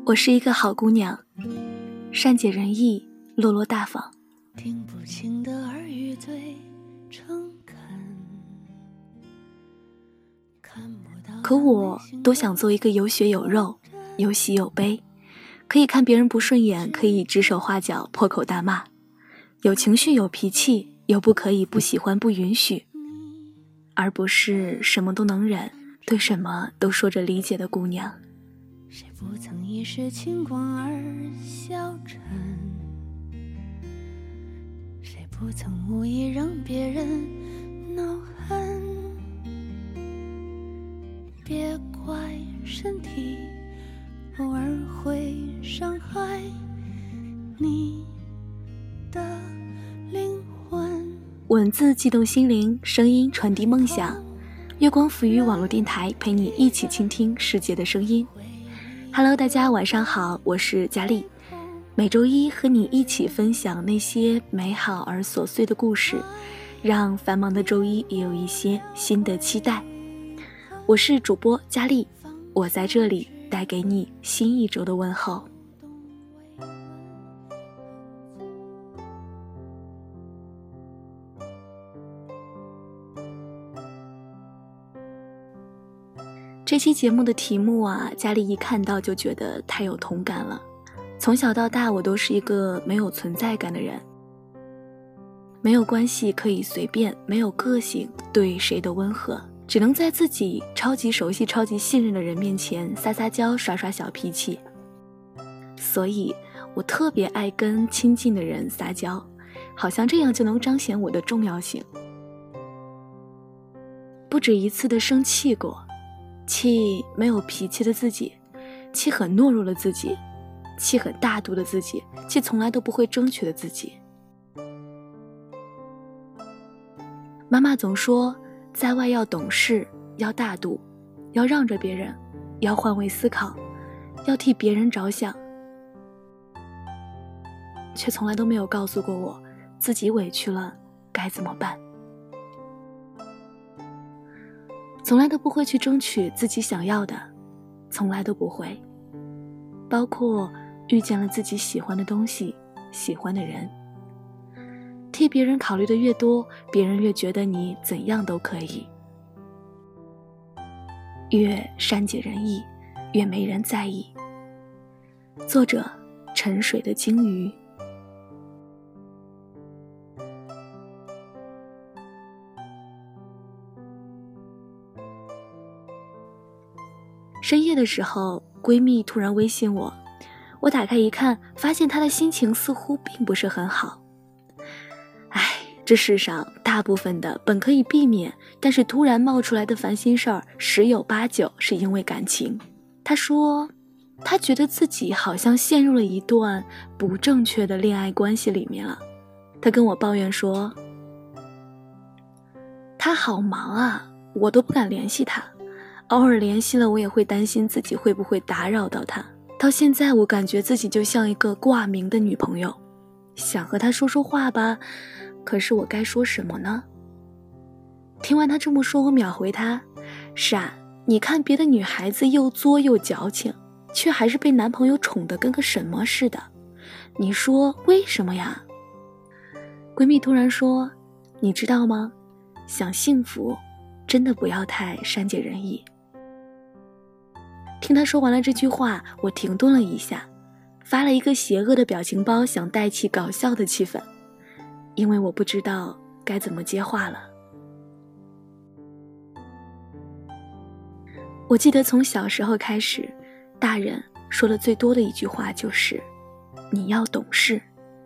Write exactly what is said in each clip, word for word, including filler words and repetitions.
我是一个好姑娘，善解人意，落落大方。 听不清的耳语最诚恳， 可我多想做一个有血有肉，有喜有悲，可以看别人不顺眼，可以指手画脚，破口大骂，有情绪有脾气，又不可以不喜欢不允许，而不是什么都能忍，对什么都说着理解的姑娘。 谁不曾一时轻狂而消沉，谁不曾无意让别人恼恨，别怪身体偶尔会伤害你的灵魂。 文字悸动心灵，声音传递梦想。月光抚育网络电台，陪你一起倾听世界的声音。Hello， 大家晚上好，我是佳丽。每周一和你一起分享那些美好而琐碎的故事，让繁忙的周一也有一些新的期待。我是主播佳丽，我在这里带给你新一周的问候。这期节目的题目啊，佳丽一看到就觉得太有同感了。从小到大，我都是一个没有存在感的人，没有关系可以随便，没有个性，对谁都温和，只能在自己超级熟悉、超级信任的人面前撒撒娇、耍耍小脾气。所以我特别爱跟亲近的人撒娇，好像这样就能彰显我的重要性。不止一次的生气过，气没有脾气的自己，气很懦弱的自己，气很大度的自己，气从来都不会争取的自己。妈妈总说，在外要懂事，要大度，要让着别人，要换位思考，要替别人着想，却从来都没有告诉过我，自己委屈了该怎么办。从来都不会去争取自己想要的，从来都不会，包括遇见了自己喜欢的东西，喜欢的人。替别人考虑的越多，别人越觉得你怎样都可以，越善解人意，越没人在意。作者：沉水的鲸鱼。深夜的时候，闺蜜突然微信我，我打开一看，发现她的心情似乎并不是很好。唉，这世上大部分的本可以避免，但是突然冒出来的烦心事儿，十有八九是因为感情。她说，她觉得自己好像陷入了一段不正确的恋爱关系里面了。她跟我抱怨说，她好忙啊，我都不敢联系她。偶尔联系了，我也会担心自己会不会打扰到他。到现在我感觉自己就像一个挂名的女朋友，想和他说说话吧，可是我该说什么呢？听完他这么说，我秒回他，是啊，你看别的女孩子又作又矫情，却还是被男朋友宠得跟个什么似的，你说为什么呀？闺蜜突然说，你知道吗？想幸福真的不要太善解人意。听他说完了这句话，我停顿了一下，发了一个邪恶的表情包，想带起搞笑的气氛，因为我不知道该怎么接话了。我记得从小时候开始，大人说的最多的一句话就是你要懂事。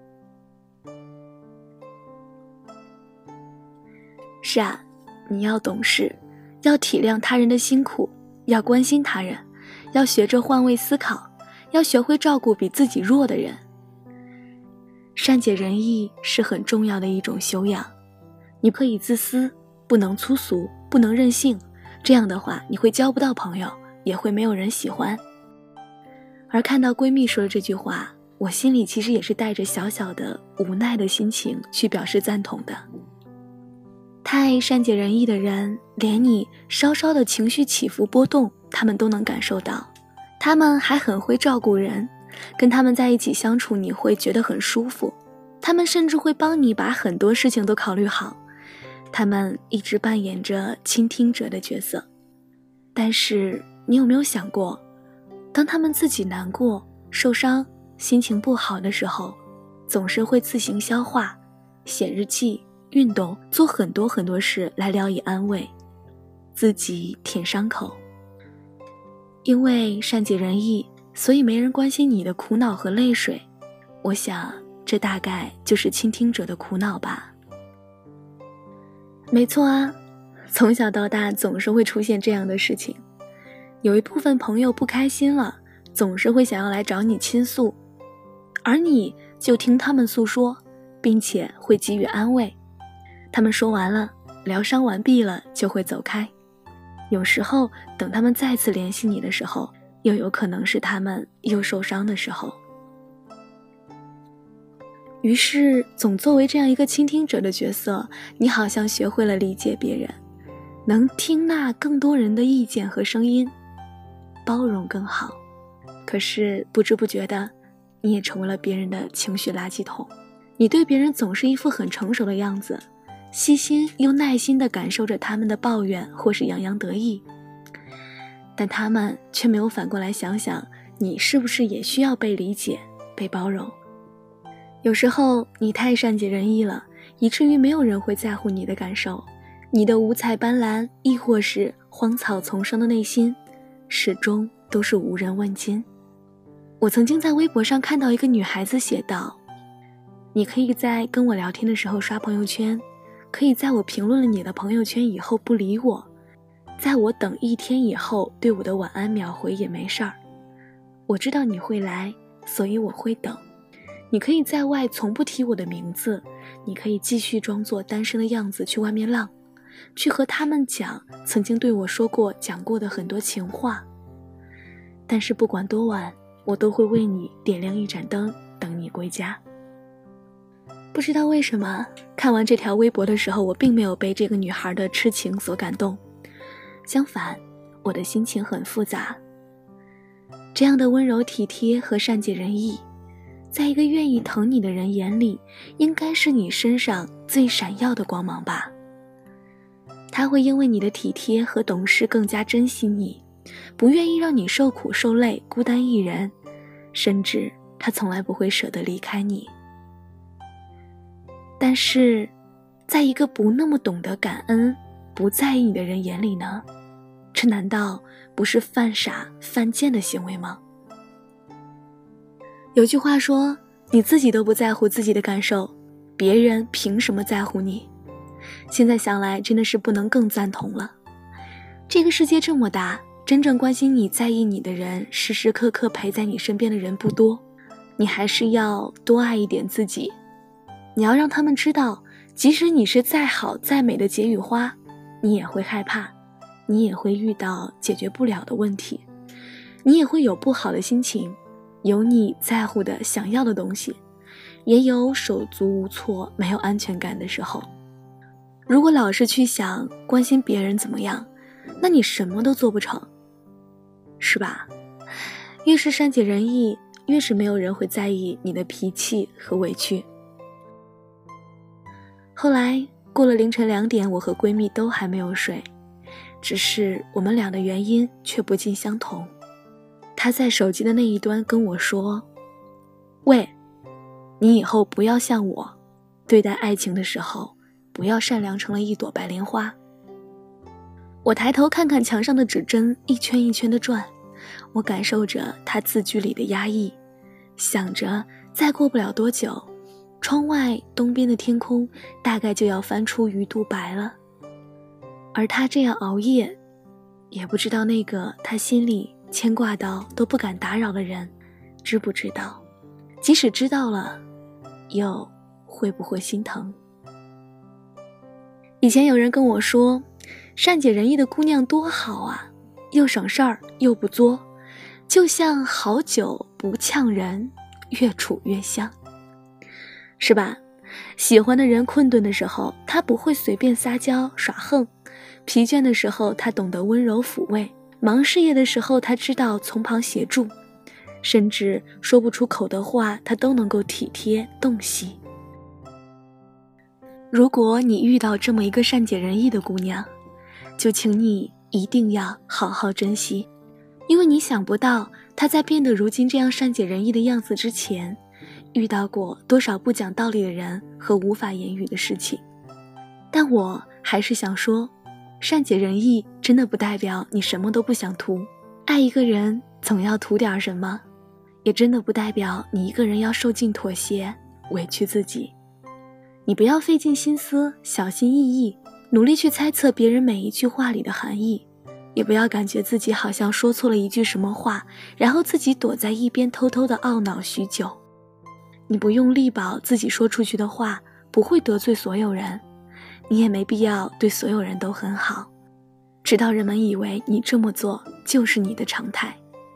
是啊，你要懂事，要体谅他人的辛苦，要关心他人，要学着换位思考，要学会照顾比自己弱的人。善解人意是很重要的一种修养，你不可以自私，不能粗俗，不能任性，这样的话你会交不到朋友，也会没有人喜欢。而看到闺蜜说的这句话，我心里其实也是带着小小的无奈的心情去表示赞同的。太善解人意的人，连你稍稍的情绪起伏波动，他们都能感受到， 他们还很会照顾人，跟他们在一起相处你会觉得很舒服，他们甚至会帮你把很多事情都考虑好，他们一直扮演着倾听者的角色。但是你有没有想过，当他们自己难过、受伤、心情不好的时候，总是会自行消化，写日记、运动，做很多很多事来聊以安慰，自己舔伤口。因为善解人意，所以没人关心你的苦恼和泪水，我想这大概就是倾听者的苦恼吧。没错啊，从小到大总是会出现这样的事情，有一部分朋友不开心了，总是会想要来找你倾诉，而你就听他们诉说，并且会给予安慰。他们说完了，疗伤完毕了，就会走开。有时候等他们再次联系你的时候，又有可能是他们又受伤的时候。于是总作为这样一个倾听者的角色，你好像学会了理解别人，能听纳更多人的意见和声音，包容更好。可是不知不觉的，你也成为了别人的情绪垃圾桶。你对别人总是一副很成熟的样子，细心又耐心地感受着他们的抱怨或是洋洋得意，但他们却没有反过来想想，你是不是也需要被理解、被包容。有时候你太善解人意了，以至于没有人会在乎你的感受，你的五彩斑斓亦或是荒草丛生的内心，始终都是无人问津。我曾经在微博上看到一个女孩子写道，你可以在跟我聊天的时候刷朋友圈，可以在我评论了你的朋友圈以后不理我，在我等一天以后对我的晚安秒回也没事儿。我知道你会来，所以我会等。你可以在外从不提我的名字，你可以继续装作单身的样子去外面浪，去和他们讲曾经对我说过讲过的很多情话。但是不管多晚，我都会为你点亮一盏灯，等你归家。不知道为什么，看完这条微博的时候，我并没有被这个女孩的痴情所感动，相反，我的心情很复杂。这样的温柔体贴和善解人意，在一个愿意疼你的人眼里，应该是你身上最闪耀的光芒吧。他会因为你的体贴和懂事更加珍惜你，不愿意让你受苦受累孤单一人，甚至他从来不会舍得离开你。但是在一个不那么懂得感恩、不在意你的人眼里呢，这难道不是犯傻犯贱的行为吗？有句话说，你自己都不在乎自己的感受，别人凭什么在乎你？现在想来真的是不能更赞同了。这个世界这么大，真正关心你在意你的人，时时刻刻陪在你身边的人不多，你还是要多爱一点自己。你要让他们知道，即使你是再好再美的解语花，你也会害怕，你也会遇到解决不了的问题，你也会有不好的心情，有你在乎的想要的东西，也有手足无措没有安全感的时候。如果老是去想关心别人怎么样，那你什么都做不成，是吧？越是善解人意，越是没有人会在意你的脾气和委屈。后来过了凌晨两点，我和闺蜜都还没有睡，只是我们俩的原因却不尽相同。她在手机的那一端跟我说，喂，你以后不要像我，对待爱情的时候不要善良成了一朵白莲花。我抬头看看墙上的指针一圈一圈的转，我感受着她字句里的压抑，想着再过不了多久，窗外东边的天空大概就要翻出鱼肚白了。而他这样熬夜，也不知道那个他心里牵挂到都不敢打扰的人知不知道，即使知道了，又会不会心疼。以前有人跟我说，善解人意的姑娘多好啊，又省事儿又不作，就像好酒不呛人，越处越香，是吧？喜欢的人困顿的时候，他不会随便撒娇耍横，疲倦的时候他懂得温柔抚慰， 忙事业的时候，他知道从旁协助，甚至说不出口的话，他都能够体贴洞悉。如果你遇到这么一个善解人意的姑娘，就请你一定要好好珍惜，因为你想不到她在变得如今这样善解人意的样子之前，遇到过多少不讲道理的人和无法言语的事情。但我还是想说，善解人意真的不代表你什么都不想图，爱一个人总要图点什么，也真的不代表你一个人要受尽妥协，委屈自己。你不要费尽心思，小心翼翼，努力去猜测别人每一句话里的含义，也不要感觉自己好像说错了一句什么话，然后自己躲在一边偷偷的懊恼许久。你不用力保自己说出去的话不会得罪所有人，你也没必要对所有人都很好，直到人们以为你这么做就是你的常态。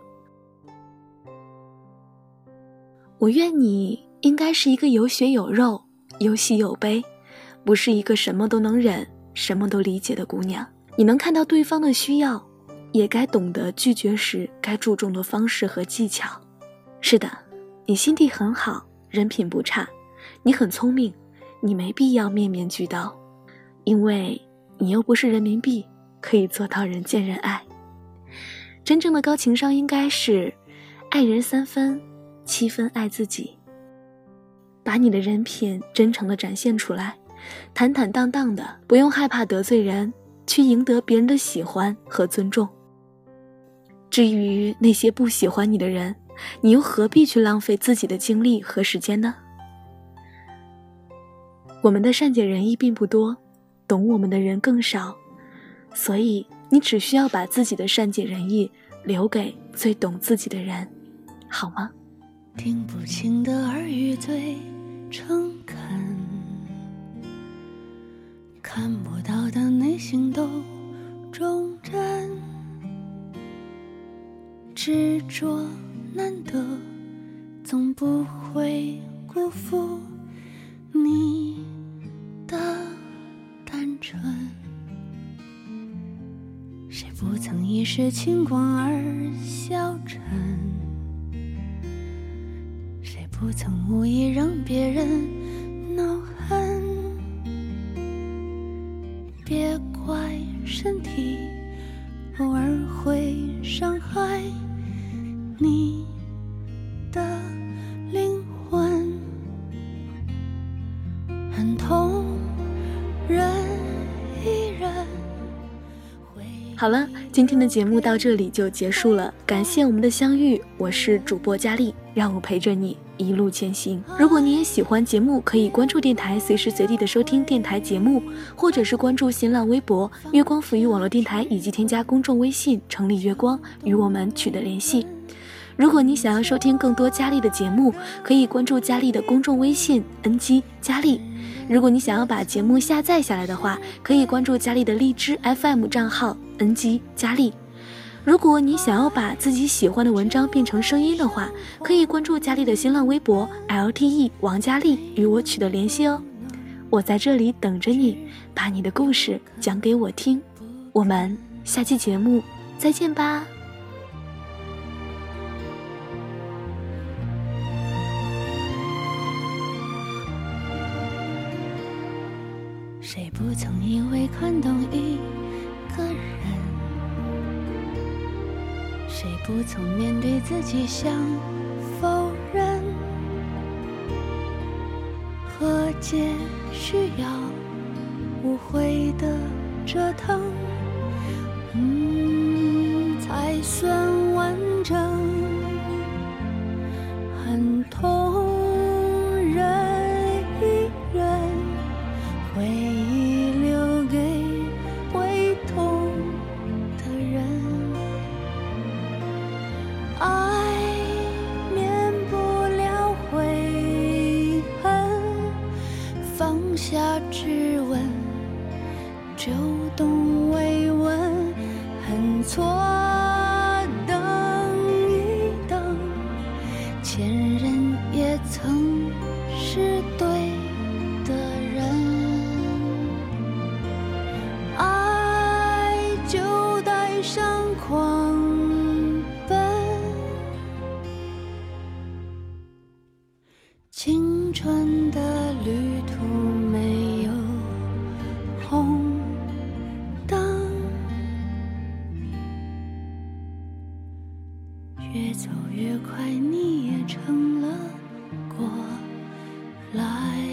我愿你应该是一个有血有肉，有喜有悲，不是一个什么都能忍，什么都理解的姑娘。你能看到对方的需要，也该懂得拒绝时该注重的方式和技巧。是的，你心地很好，人品不差，你很聪明，你没必要面面俱到，因为你又不是人民币，可以做到人见人爱。真正的高情商应该是爱人三分，七分爱自己。把你的人品真诚地展现出来，坦坦荡荡的，不用害怕得罪人，去赢得别人的喜欢和尊重。至于那些不喜欢你的人，你又何必去浪费自己的精力和时间呢？我们的善解人意并不多，懂我们的人更少，所以你只需要把自己的善解人意留给最懂自己的人，好吗？ 听不清的耳语最诚恳，看不到的内心都忠贞，执着难得，总不会辜负你的单纯。谁不曾一时轻狂而消沉，谁不曾无意让别人恼恨。别怪身体偶尔会伤害你的灵魂，很痛忍一忍。 好了，今天的节目到这里就结束了，感谢我们的相遇，我是主播佳丽，让我陪着你一路前行。如果你也喜欢节目，可以关注电台，随时随地的收听电台节目，或者是关注新浪微博月光抚育网络电台，以及添加公众微信城里月光与我们取得联系。如果你想要收听更多佳丽的节目，可以关注佳丽的公众微信 N G 佳丽。如果你想要把节目下载下来的话，可以关注佳丽的荔枝 F M 账号 N G 佳丽。如果你想要把自己喜欢的文章变成声音的话，可以关注佳丽的新浪微博 L T E 王佳丽与我取得联系哦。我在这里等着你，把你的故事讲给我听。我们下期节目再见吧。 谁不曾以为看懂一个人，谁不曾面对自己想否认，和解需要无悔的折腾，嗯，才算完整。很痛忍一忍，回忆留给会痛的人，爱免不了悔恨，放下质问，就懂慰问，很错等一等，前任也曾是对的人，爱就带上狂青春的旅途没有红灯，越走越快，你也成了过来